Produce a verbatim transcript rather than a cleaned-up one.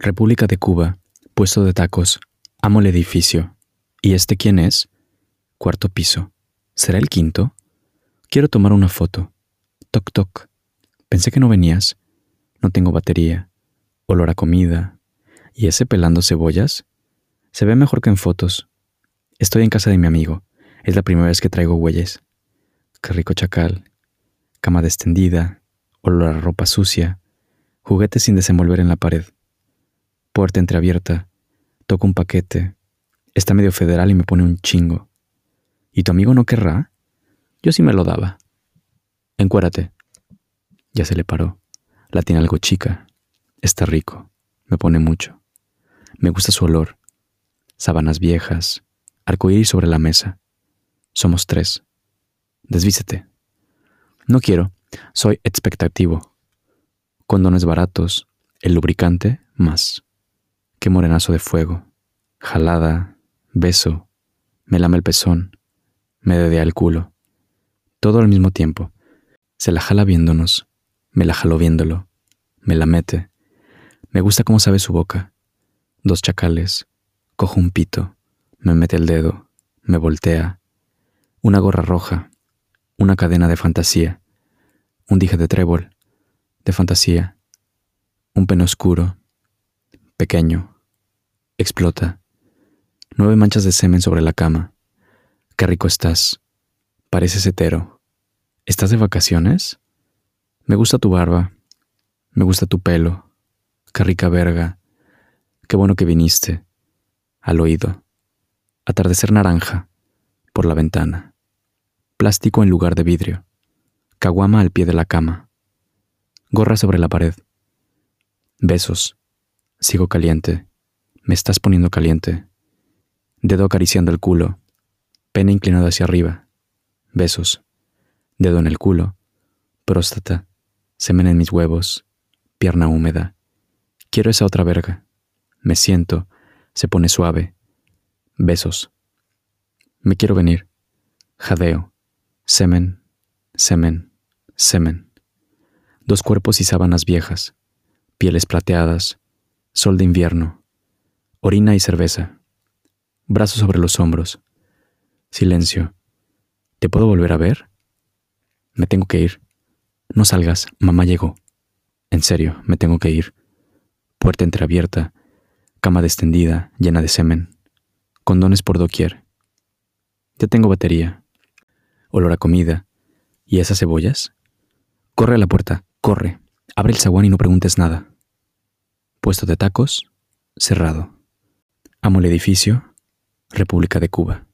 República de Cuba, puesto de tacos, amo el edificio. ¿Y este quién es? Cuarto piso. ¿Será el quinto? Quiero tomar una foto. Toc toc. Pensé que no venías. No tengo batería. Olor a comida. ¿Y ese pelando cebollas? Se ve mejor que en fotos. Estoy en casa de mi amigo. Es la primera vez que traigo güeyes. Qué rico chacal. Cama extendida. Olor a ropa sucia. Juguetes sin desenvolver en la pared. Puerta entreabierta. Toco un paquete. Está medio federal y me pone un chingo. ¿Y tu amigo no querrá? Yo sí me lo daba. Encuérate. Ya se le paró. La tiene algo chica. Está rico. Me pone mucho. Me gusta su olor. Sábanas viejas. Arcoíris sobre la mesa. Somos tres. Desvístete. No quiero. Soy expectativo. Condones baratos. El lubricante más. Qué morenazo de fuego. Jalada. Beso. Me lame el pezón. Me dedea el culo. Todo al mismo tiempo. Se la jala viéndonos. Me la jaló viéndolo. Me la mete. Me gusta cómo sabe su boca. Dos chacales. Cojo un pito. Me mete el dedo. Me voltea. Una gorra roja. Una cadena de fantasía. Un dije de trébol. De fantasía. Un pene oscuro. Pequeño. Explota. Nueve manchas de semen sobre la cama. Qué rico estás. Pareces hetero. ¿Estás de vacaciones? Me gusta tu barba. Me gusta tu pelo. Qué rica verga. Qué bueno que viniste. Al oído. Atardecer naranja. Por la ventana. Plástico en lugar de vidrio. Caguama al pie de la cama. Gorra sobre la pared. Besos. Sigo caliente. Me estás poniendo caliente. Dedo acariciando el culo. Pene inclinado hacia arriba. Besos. Dedo en el culo. Próstata. Semen en mis huevos. Pierna húmeda. Quiero esa otra verga. Me siento. Se pone suave. Besos. Me quiero venir. Jadeo. Semen. Semen. Semen. Dos cuerpos y sábanas viejas. Pieles plateadas. Sol de invierno. Orina y cerveza. Brazos sobre los hombros. Silencio. ¿Te puedo volver a ver? Me tengo que ir. No salgas, mamá llegó. En serio, me tengo que ir. Puerta entreabierta. Cama extendida, llena de semen. Condones por doquier. Ya tengo batería. Olor a comida. ¿Y esas cebollas? Corre a la puerta, corre. Abre el zaguán y no preguntes nada. Puesto de tacos, cerrado. Amo el edificio. República de Cuba.